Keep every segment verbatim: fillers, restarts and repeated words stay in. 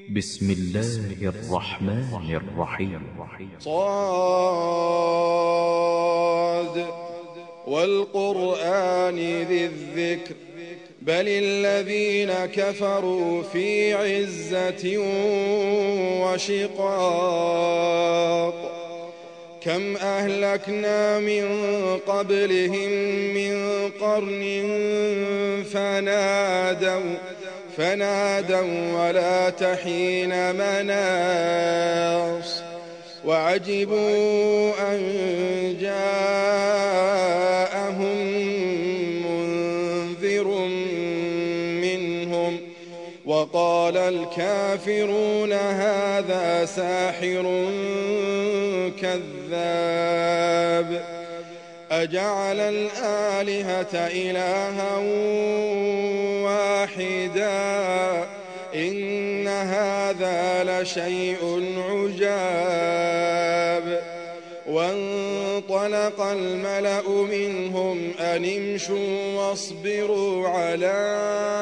بسم الله الرحمن الرحيم. صاد والقرآن ذي الذكر بل الذين كفروا في عزة وشقاق كم أهلكنا من قبلهم من قرن فنادوا فنادوا ولا تحين مناص وعجبوا أن جاءهم منذر منهم وقال الكافرون هذا ساحر كذاب أجعل الآلهة إلها واحدا إن هذا لشيء عجاب وانطلق الملأ منهم أن امشوا واصبروا على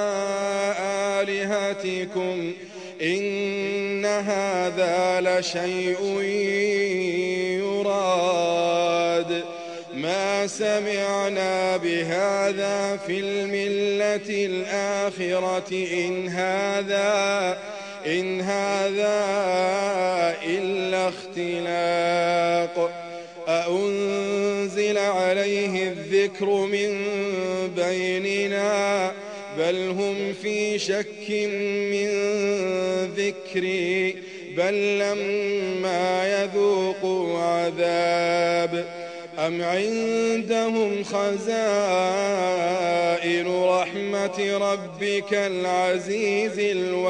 آلهتكم إن هذا لشيء يراد ما سمعنا بهذا في الملة الآخرة إن هذا إن هذا إلا اختلاق أأنزل عليه الذكر من بيننا بل هم في شك من ذكري بل لما يذوقوا عذاب أم عندهم خزائن رحمة ربك العزيز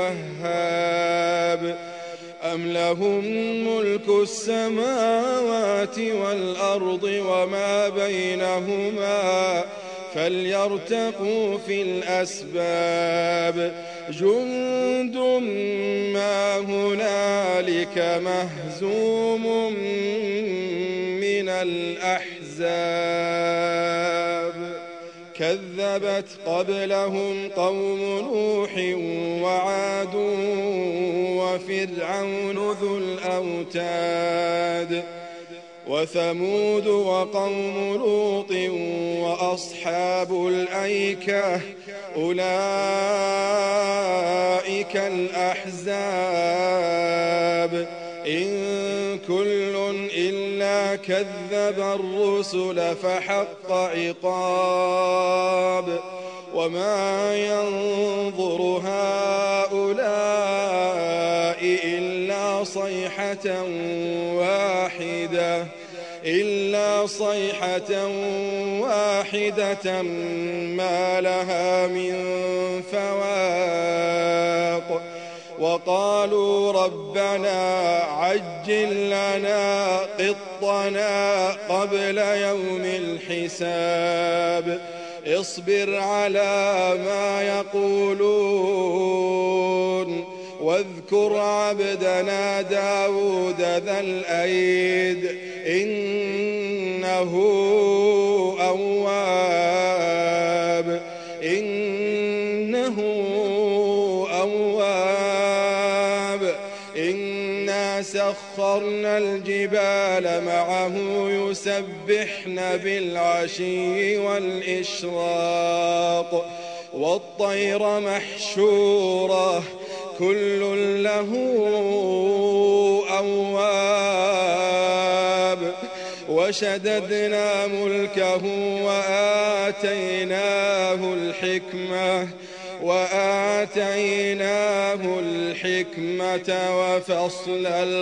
الوهاب أم لهم ملك السماوات والأرض وما بينهما فليرتقوا في الأسباب جند ما هنالك مهزوم من الأحزاب كذبت قبلهم قوم نوح وعاد وفرعون ذو الأوتاد وثمود وقوم لوط وأصحاب الأيكة أولئك الأحزاب إن كل إلا كذب الرسل فحق عقاب وما ينظر هؤلاء إلا صيحة واحدة إلا صيحة واحدة ما لها من فواق وقالوا ربنا عجل لنا قطنا قبل يوم الحساب اصبر على ما يقولون واذكر عبدنا داود ذا الأيد إنه أواب إنه أواب إنا سخرنا الجبال معه يسبحن بالعشي والإشراق والطير محشورة كل له أواب وشددنا ملكه وآتيناه الحكمة وآتيناه الحكمة وفصل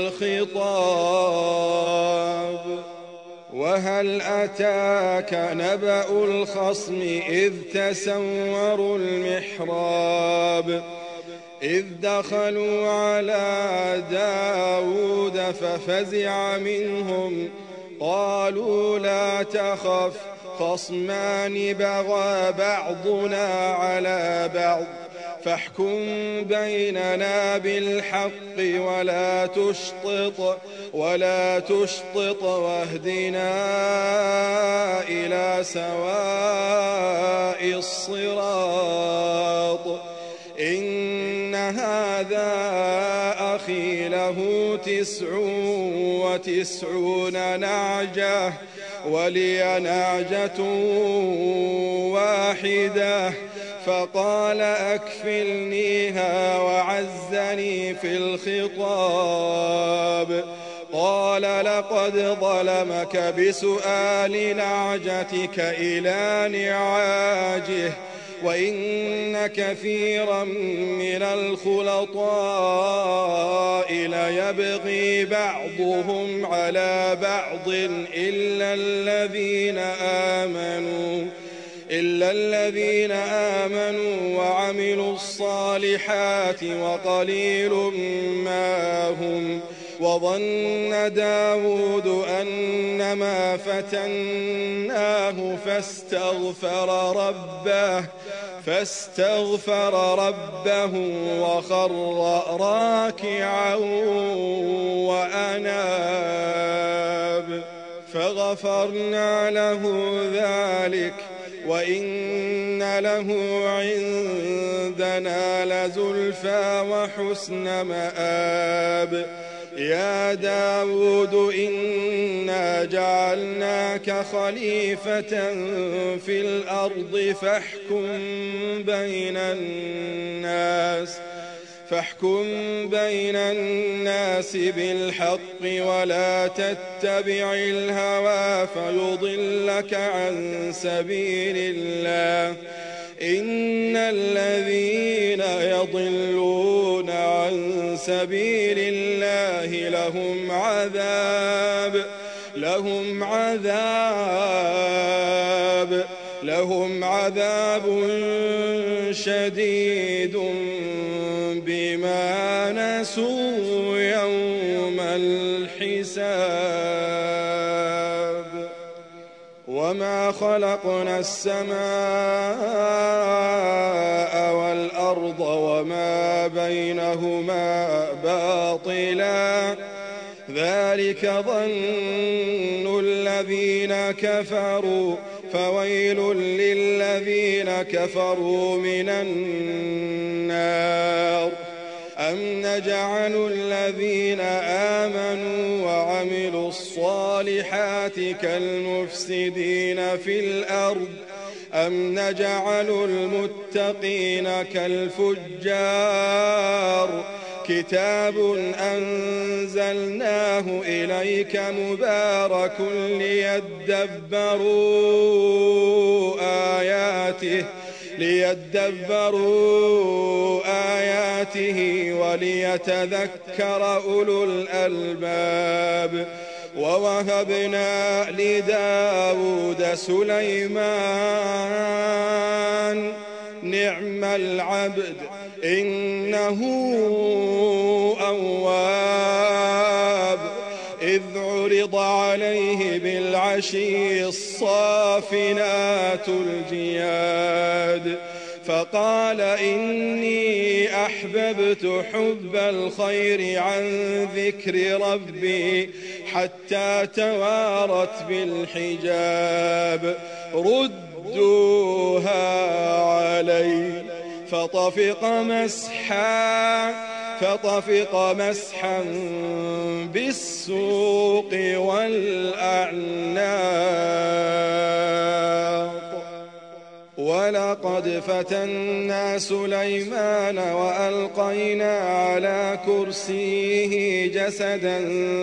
الخطاب وهل أتاك نبأ الخصم إذ تسوروا المحراب إذ دخلوا على داود ففزع منهم قالوا لا تخف خصمان بغى بعضنا على بعض فاحكم بيننا بالحق ولا تشطط ولا تشطط واهدنا إلى سواء الصراط إن هذا أخي له تسع وتسعون نعجة ولي نعجة واحدة فقال أكفلنيها وعزني في الخطاب. قال لقد ظلمك بسؤال نعجتك إلى نعاجه وإن كثيرا من الخلطاء ليبغي بعضهم على بعض إلا الذين آمنوا إلا الذين آمنوا وعملوا الصالحات وقليل ما هم. وظن داود أنما فتناه فاستغفر ربه فاستغفر ربه وخر راكعا وأناب فغفرنا له ذلك وإن له عندنا لزلفى وحسن مآب. يا داود إنا جعلناك خليفة في الأرض فاحكم بين الناس فاحكم بين الناس بالحق ولا تتبع الهوى فيضلك عن سبيل الله. إن الذين يضلون عن سبيل الله لهم عذاب لهم عذاب لهم عذاب شديد بما نسوا يوم الحساب. وما خلقنا السماء والأرض وما بينهما باطلا ذلك ظن الذين كفروا فويل للذين كفروا من النار. أم نجعل الذين آمنوا وعملوا الصالحات كالمفسدين في الأرض أم نجعل المتقين كالفجار. كتاب أنزلناه إليك مبارك ليدبروا آياته ليدبروا آياته وليتذكر أولو الألباب. ووهبنا لداود سليمان نعم العبد إنه أواب. إذ عرض عليه بالعشي الصافنات الجياد فقال إني أحببت حب الخير عن ذكر ربي حتى توارت بالحجاب. ردوها علي فطفق مسحا فطفق مسحا بالسوق والأعناق. ولقد فتنا سليمان وألقينا على كرسيه جسدا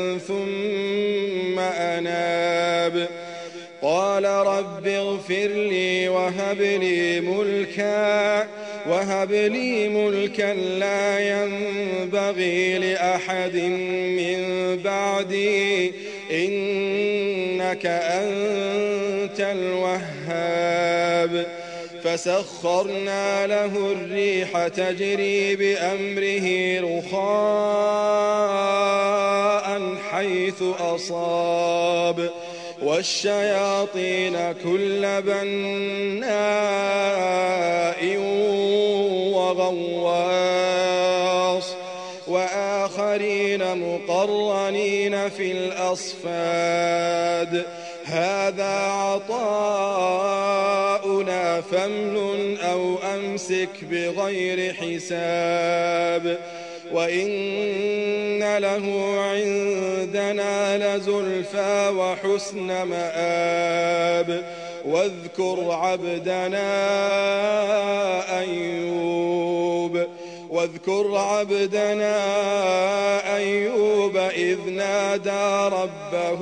ثم أناب. قال رب اغفر لي وهب لي ملكا وهب لي ملكا لا ينبغي لأحد من بعدي إنك أنت الوهاب. فسخرنا له الريح تجري بأمره رخاء حيث أصاب والشياطين كل بناء وغواص وآخرين مقرنين في الأصفاد هذا عطاؤنا فامنن أو أمسك بغير حساب وإن له عندنا لزلفى وحسن مآب واذكر عبدنا أيوب واذكر عبدنا أيوب إذ نادى ربه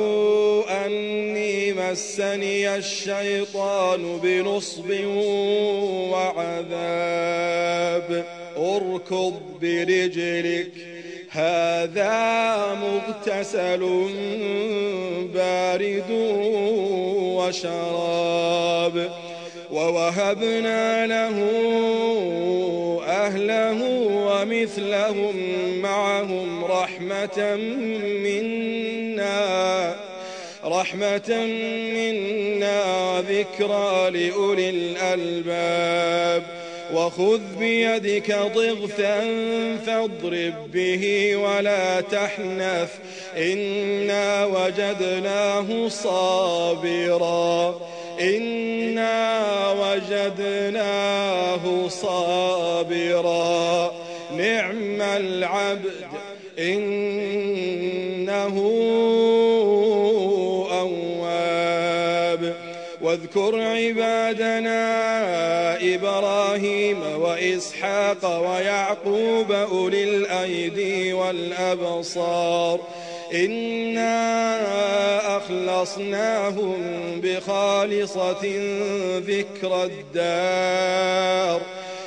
أني مسني الشيطان بنصب وعذاب اركض برجلك هذا مغتسل بارد وشراب ووهبنا له أهله ومثلهم معهم رحمة منا رحمة منا ذكرى لأولي الألباب وخذ بيدك ضغثا فاضرب به ولا تحنث إنا وجدناه صابرا إنا وجدناه صابرا نعم العبد إنه أواب واذكر عبادنا إبراهيم وإسحاق ويعقوب أولي الأيدي والأبصار إنا أخلصناهم بخالصة ذكر الدار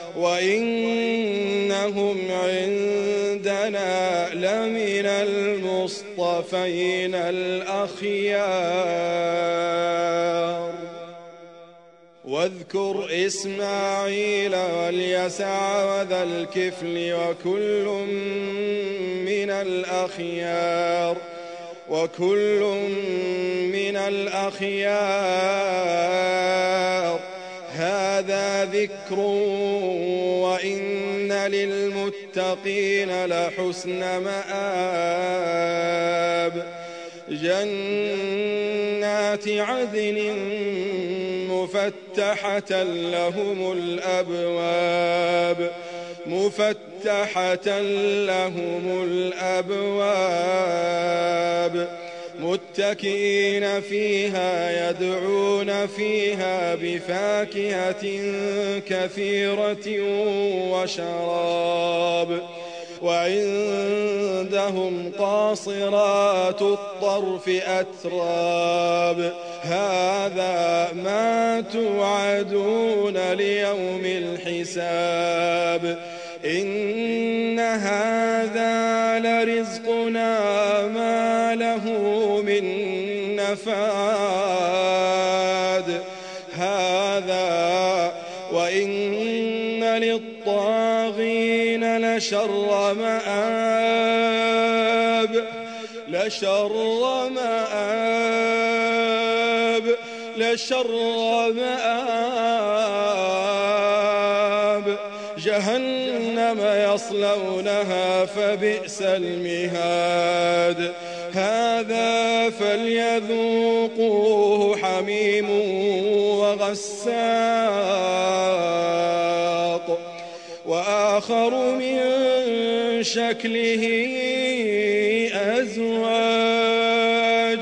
وإنهم عندنا لمن المصطفين الأخيار واذكر إسماعيل واليسع وذا الكفل وكل من الأخيار وكل من الأخيار هذا ذكر وإن للمتقين لحسن مآب جنات عدن مفتحة لهم الأبواب مفتحة لهم الأبواب متكئين فيها يدعون فيها بفاكهة كثيرة وشراب وعندهم قاصرات الطرف أتراب هذا ما توعدون ليوم الحساب إن هذا لرزقنا ما له من نفاد هذا وإن للطاغين لشر مآب لشر مآب لشر مآب جهنم يصلونها فبئس المهاد هذا فليذوقوه حميم وغساق وآخر من شكله أزواج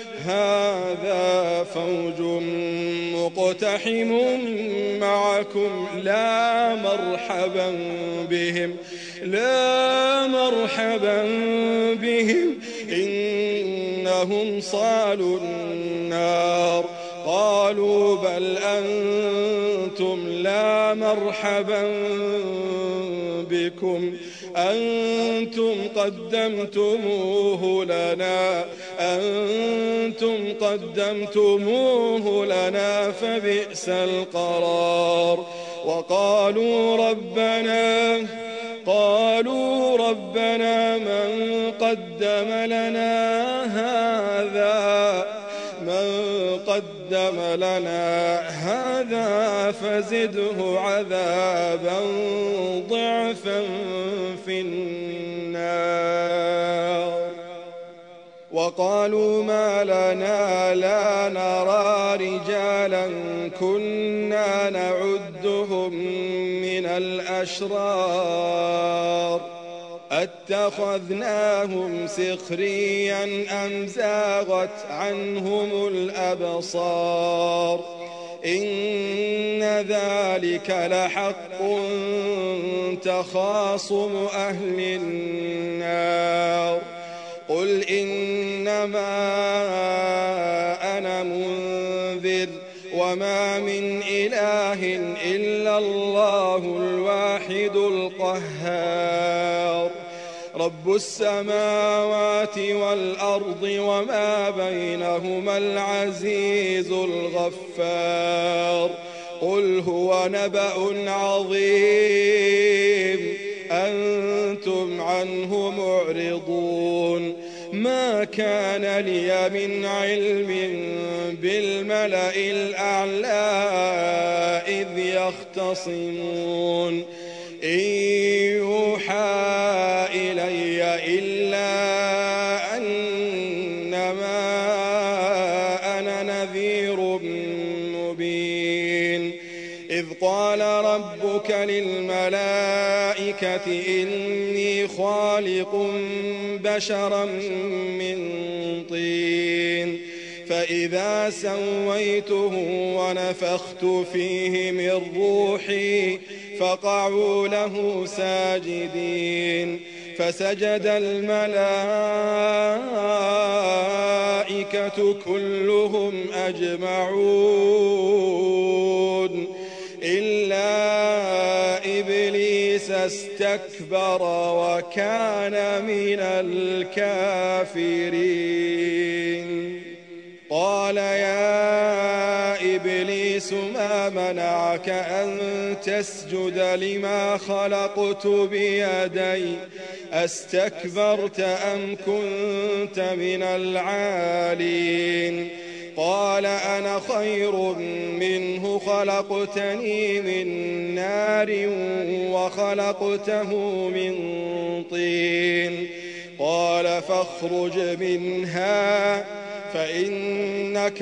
هذا فوج مقتحم معكم لا مرحبا بهم لا مرحبا بهم إنهم صالوا النار قالوا بل أنتم لا مرحبا بكم أنتم قدمتموه لنا أنتم قدمتموه لنا فبئس القرار وقالوا ربنا قالوا ربنا من قدم لنا هذا من قدم لنا هذا فزده عذابا ضعفا في النار وقالوا ما لنا لا نرى رجالا كنا نعدهم من الأشرار أتخذناهم سخريا أم زاغت عنهم الأبصار إن ذلك لحق تخاصم أهل النار قل إنما أنا منذر وما من إله إلا الله الواحد القهار رب السماوات والأرض وما بينهما العزيز الغفار قل هو نبأ عظيم أنتم عنه معرضون ما كان لي من علم بالملأ الأعلى إذ يختصمون إن يوحى إلي إلا أنما أنا نذير مبين إذ قال ربك للملائكة إني خالق بشرا من طين فإذا سويته ونفخت فيه من روحي فقعوا له ساجدين فسجد الملائكة كلهم أجمعون إلا إبليس استكبر وكان من الكافرين قال يا إبليس ما منعك أن تسجد لما خلقت بيدي أستكبرت أم كنت من العالين قال أنا خير منه خلقتني من نار وخلقته من طين قال فاخرج منها فإنك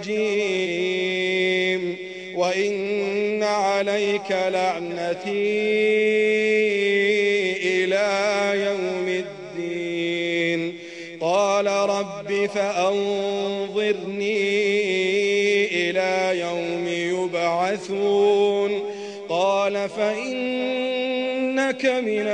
رجيم وإن عليك لعنتي إلى يوم الدين قال رب فأنظرني إلى يوم يبعثون قال فإنك من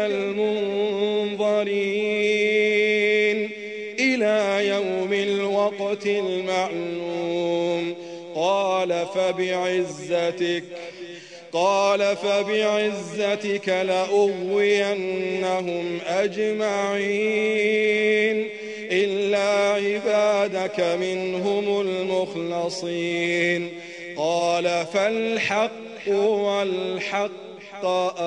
المنظرين إلى يوم الوقت المعلوم قال فبعزتك قال فبعزتك لأغوينهم أجمعين إلا عبادك منهم المخلصين قال فالحق والحق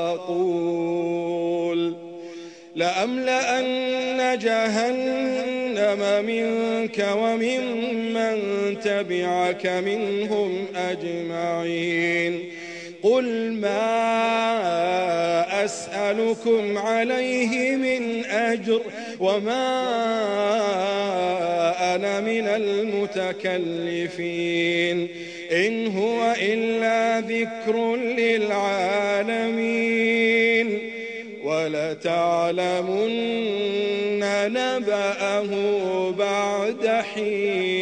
أقول لأملأن جهنم منك وممن تبعك منهم أجمعين قل ما أسألكم عليه من أجر وما أنا من المتكلفين إن هو إلا ذكر للعالمين ولتعلمن نبأه بعد حين